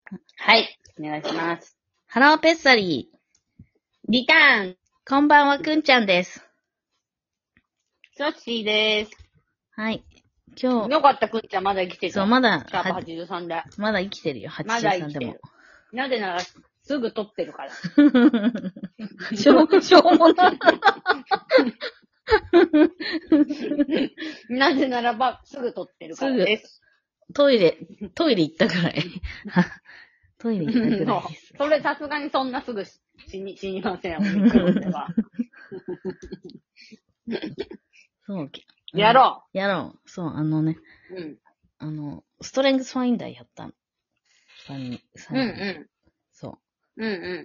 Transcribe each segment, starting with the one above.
はい。お願いします。 ハローペッサリー。 リターン。 こんばんは、くんちゃんです。 ソッシーです。 はい。今日。 よかった、くんちゃんまだ生きてて。 そう、まだ。 シャープ83で。 まだ生きてるよ、83でも。 まだ生きてる。なぜなら、すぐ撮ってるから。 しょうもない。 なぜならば、すぐ撮ってるからです。 トイレ行ったくらい。トイレ行ったくらいです。 それさすがにそんなすぐ死にません、オミクロンでは。 そう。 やろう。そう、ストレングスファインダーやったの。3人。そう。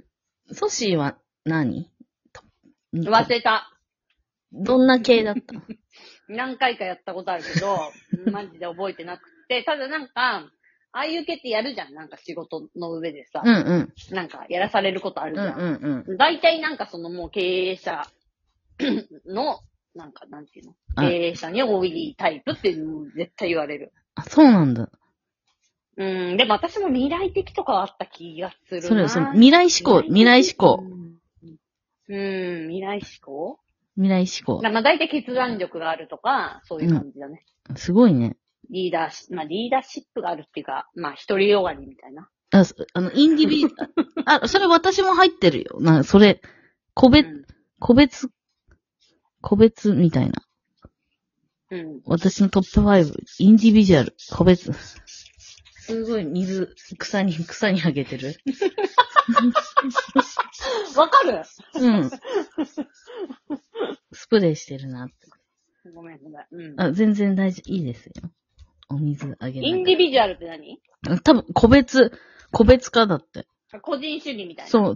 ソシーは何？ 忘れた。 どんな系だった何回かやったことあるけど、マジで覚えてなくて、ただなんか、ああいう系ってやるじゃん。なんか仕事の上でさ。なんかやらされることあるじゃん。大体なんかそのもう経営者の、なんかなんていうの経営者に多いタイプっていうのを絶対言われる。 あ、そうなんだ。 でも私も未来的とかはあった気がするな。 それ、未来思考。 未来思考まあ大体決断力があるとか、そういう感じだね。 すごいね。 リーダーシップがあるっていうか、まあ一人よがりみたいな。 インディビそれ私も入ってるよ。それ、個別みたいな。私のトップ5、インディビジュアル、個別。すごい草にあげてる。 わかる？ スプレーしてるなって。 ごめん。 全然いいですよ。お水あげない。 インディビジュアルって何？ 多分、個別化だって。 個人主義みたいな。 そう。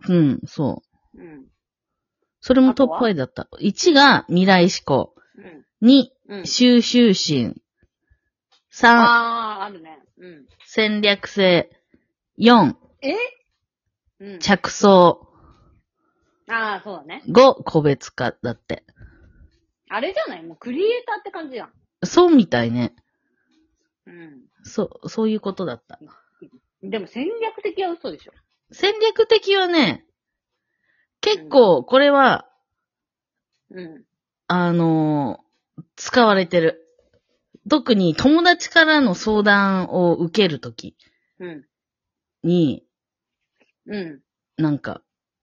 それもトップ5だった。1が未来思考。2、収集心。3、 あるね。 戦略性。4、着想。 そうだね。 5、個別化だって。 あれじゃない？もうクリエイターって感じやん。 そうみたいね。そういうことだった。 でも戦略的は嘘でしょ。 戦略的はね、結構これは、使われてる。特に友達からの相談を受けるときに、なんか、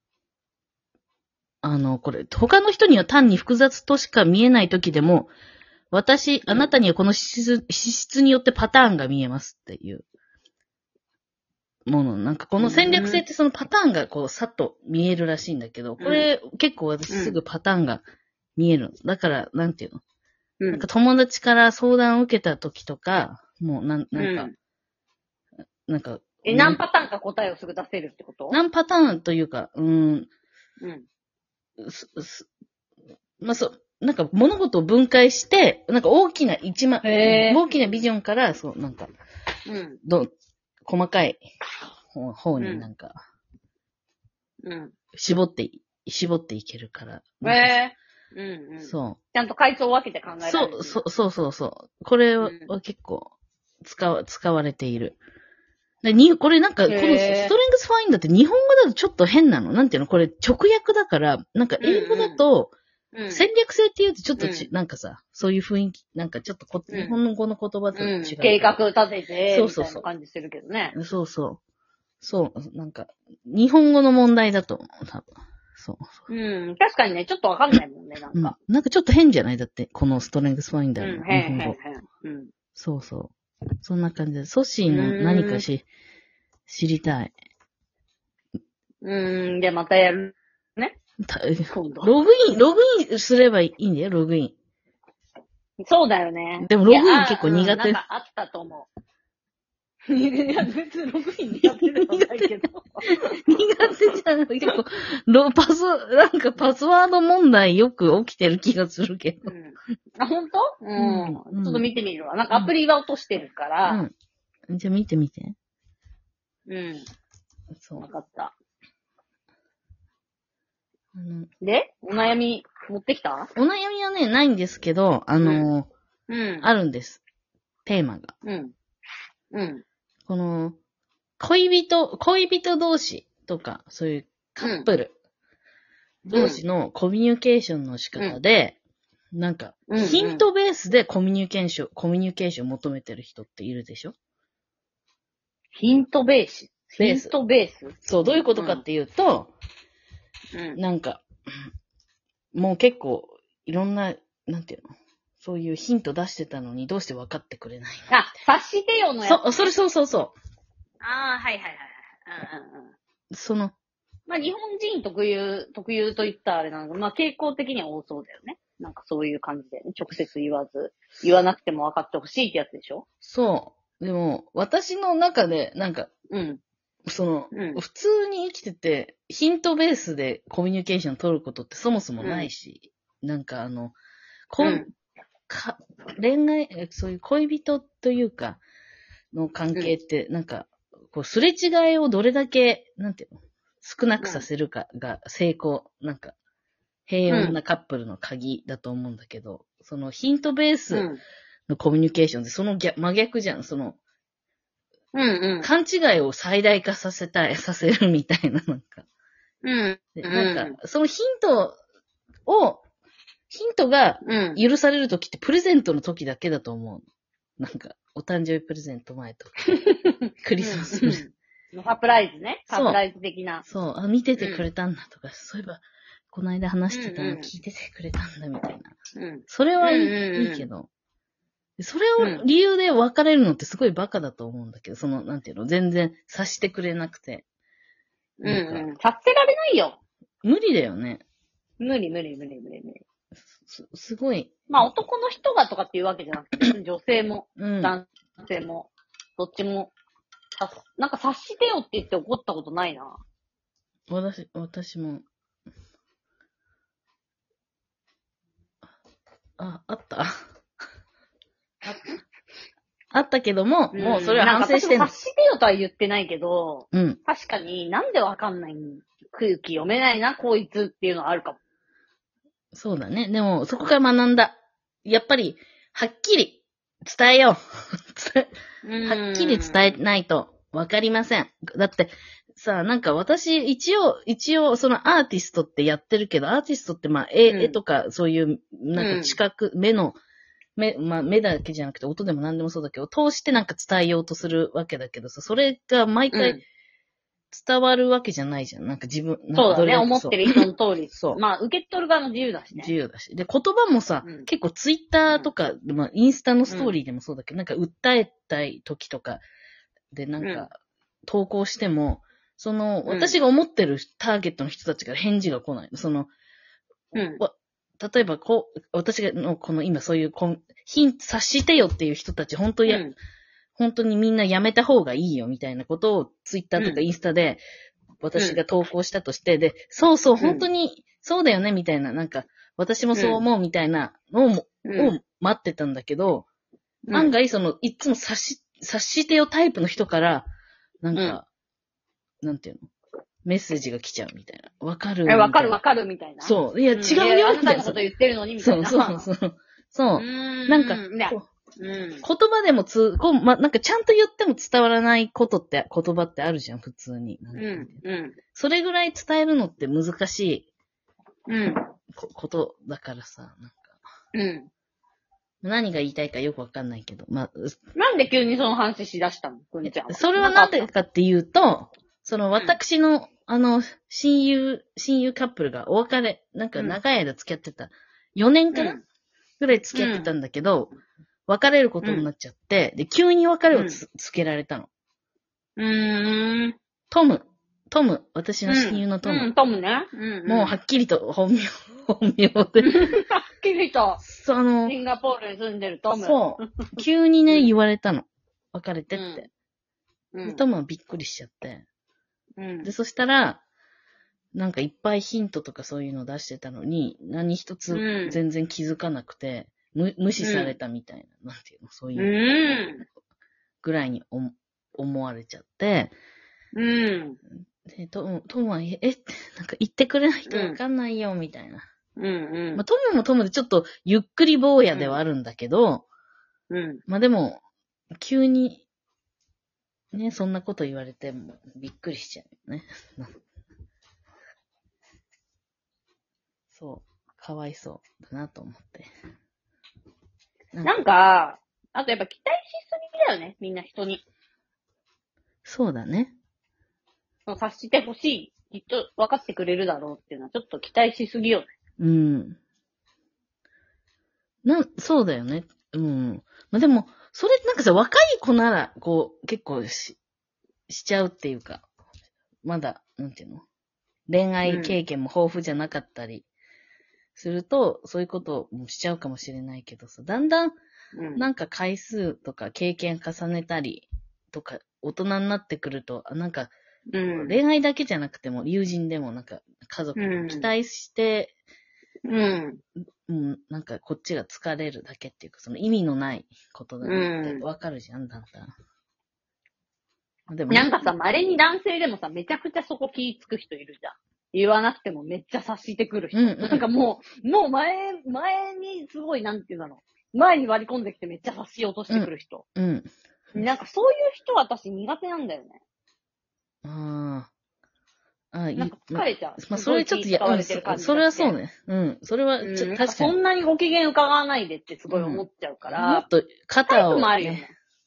これ、他の人には単に複雑としか見えないときでも、あなたにはこの資質によってパターンが見えますっていうもの。なんかこの戦略性ってそのパターンがこう、さっと見えるらしいんだけど、これ結構私すぐパターンが見える。だから、なんていうの？なんか友達から相談を受けたときとか、もうなんか、 何パターンか答えをすぐ出せるってこと？ 何パターンというか、まあ、なんか物事を分解して、なんか大きなビジョンから、なんか、細かい方になんか、絞っていけるから。そう。 ちゃんと階層を分けて考えられる。 そう。これは結構使われている。これなんか、このストレングスファインダーって日本語だとちょっと変なの。なんていうの？これ直訳だから、なんか英語だと、戦略性って言うとちょっとなんかさ、そういう雰囲気、なんかちょっと日本語の言葉と違う。 計画立てて、みたいな感じするけどね。 そう、なんか、日本語の問題だと思う、多分。そう。 確かにね、ちょっとわかんないもんね、なんか。 なんかちょっと変じゃない？だって、このストレングスファインダーの日本語。そう。そんな感じで、ソッシーの何か知りたい。 で、またやる。ね。 ログインすればいいんだよ、ログイン。 そうだよね。 でもログイン結構苦手。 なんかあったと思う。いや、別にログイン苦手ではないけど。 苦手じゃない。結構、なんかパスワード問題よく起きてる気がするけど。 本当？ちょっと見てみるわ。なんかアプリは落としてるから。 じゃあ見てみて。 そう。わかった。で、お悩み持ってきた？ お悩みはね、ないんですけど、あるんです。テーマが。この、 恋人同士とか、そういうカップル同士のコミュニケーションの仕方で、なんか、ヒントベースでコミュニケーション求めてる人っているでしょ？ ヒントベース。 そう、どういうことかっていうと、なんか、もう結構、いろんな、なんていうの？そういうヒント出してたのにどうして分かってくれないの？ 察してよのやつ、ね。 それ。 はい。まあ、日本人特有と言ったらあれなんだけど、まあ、傾向的には多そうだよね。なんかそういう感じで、ね、直接言わなくても分かってほしいってやつでしょ？ そう。でも、私の中で、なんか、普通に生きてて、ヒントベースでコミュニケーション取ることってそもそもないし、なんか恋愛、そういう恋人というか、の関係って、なんか、こう、すれ違いをどれだけ、なんていうの？少なくさせるかが成功、なんか、平穏なカップルの鍵だと思うんだけど、そのヒントベースのコミュニケーションでその真逆じゃん、勘違いを最大化させるみたいな、なんか。なんか、そのヒントが許されるときってプレゼントのときだけだと思う。なんか、お誕生日プレゼント前とか。クリスマスプレゼント。サプライズね。サプライズ的な。 そう。見ててくれたんだとか、そういえば、この間話してたの聞いててくれたんだみたいな。それはいいけど、それを理由で別れるのってすごいバカだと思うんだけど、なんていうの、全然察してくれなくて。 察せられないよ。 無理だよね。 無理。 すごい。 まあ男の人がとかっていうわけじゃなくて、女性も、男性も、どっちも、なんか察してよって言って怒ったことないな。 私も。あったあったけども、もうそれは反省してんの。 察してよとは言ってないけど、確かになんでわかんない空気読めないな、こいつっていうのはあるかも。 そうだね。でも、そこから学んだ。やっぱり、はっきり伝えよう。はっきり伝えないとわかりません。だって、さあ、なんか私、一応、そのアーティストってやってるけど、アーティストってまあ、絵とか、そういう、なんか視覚、目だけじゃなくて音でも何でもそうだけど、通してなんか伝えようとするわけだけどさ、それが毎回伝わるわけじゃないじゃん。なんか自分、 そうだね、思ってる人の通り。 そう。 まあ、受け取る側の自由だしね。 自由だし。で、言葉もさ、結構ツイッターとか、まあ、インスタのストーリーでもそうだけど、なんか訴えたい時とかでなんか投稿しても、私が思ってるターゲットの人たちから返事が来ない。例えば、私がこの今そういう察してよっていう人たち、本当にみんなやめた方がいいよみたいなことをツイッターとかインスタで私が投稿したとして、で、そう、本当にそうだよねみたいな、なんか、私もそう思うみたいなのを待ってたんだけど、案外いつも察してよタイプの人から、なんか、なんていうのメッセージが来ちゃうみたいな。わかるわかるみたいな。 そう。いや、違うよあなたのこと言ってるのにみたいな。 そう。なんか、言葉でもなんかちゃんと言っても伝わらない言葉ってあるじゃん、普通に。それぐらい伝えるのって難しい、ことだからさ、なんか。何が言いたいかよくわかんないけど。 なんで急にその話しだしたのくんちゃんは。 それはなんでかっていうと、私の、親友カップルがお別れ、なんか長い間付き合ってた。4年かなぐらい付き合ってたんだけど、別れることになっちゃって、で、急に別れをつけられたの。トム、私の親友のトム。 トムね。 もうはっきりと本名で。 はっきりと。シンガポールに住んでるトム。 そう。急にね、言われたの。別れてって。で、トムはびっくりしちゃって。で、そしたら、なんかいっぱいヒントとかそういうの出してたのに、何一つ全然気づかなくて、無視されたみたいな、なんていうの、そういうぐらいに思われちゃって、で、トムは、なんか言ってくれないとわかんないよ、みたいな。まあ、トムもトムでちょっとゆっくり坊やではあるんだけど、まあでも、急にね、そんなこと言われてもびっくりしちゃうよね。そう。かわいそうだなと思って。 なんか、あとやっぱ期待しすぎだよね、みんな人に。 そうだね。 察してほしい。きっと分かってくれるだろうっていうのはちょっと期待しすぎよね。 うん。そうだよね。うん。まあ、でも、それなんかさ、若い子なら、こう、結構しちゃうっていうか、まだ、なんていうの？恋愛経験も豊富じゃなかったりすると、そういうこともしちゃうかもしれないけどさ、だんだん、なんか回数とか経験重ねたりとか、大人になってくると、なんか、恋愛だけじゃなくても、友人でもなんか、家族に期待して、なんかこっちが疲れるだけっていうか、その意味のないことだなってわかるじゃん、だんだん。でもなんかさ、稀に男性でもさ、めちゃくちゃそこ気つく人いるじゃん。言わなくてもめっちゃ察してくる人。なんかもう前にすごい、なんていうの、前に割り込んできてめっちゃ察しようとしてくる人。なんかそういう人私苦手なんだよね。なんか疲れちゃう。 まあ、それちょっとそれはそうね。それはちょっと確かに。 そんなにご機嫌伺わないでってすごい思っちゃうから。 もっと肩を、 もあるよね。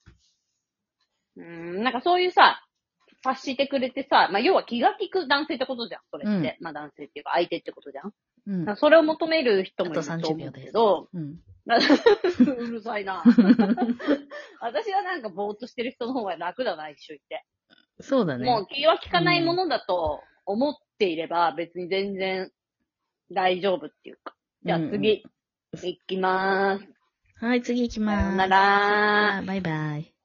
なんかそういうさ、察してくれてさ、まあ要は気が利く男性ってことじゃん、それって。まあ男性っていうか相手ってことじゃん。それを求める人もいると思うけど、うるさいな。私はなんかぼーっとしてる人の方が楽だな、一緒言って。 そうだね。 もう気は利かないものだと思っていれば別に全然大丈夫っていうか。じゃあ次、行きまーす。 はい、次行きまーす。 さよなら。 バイバイ。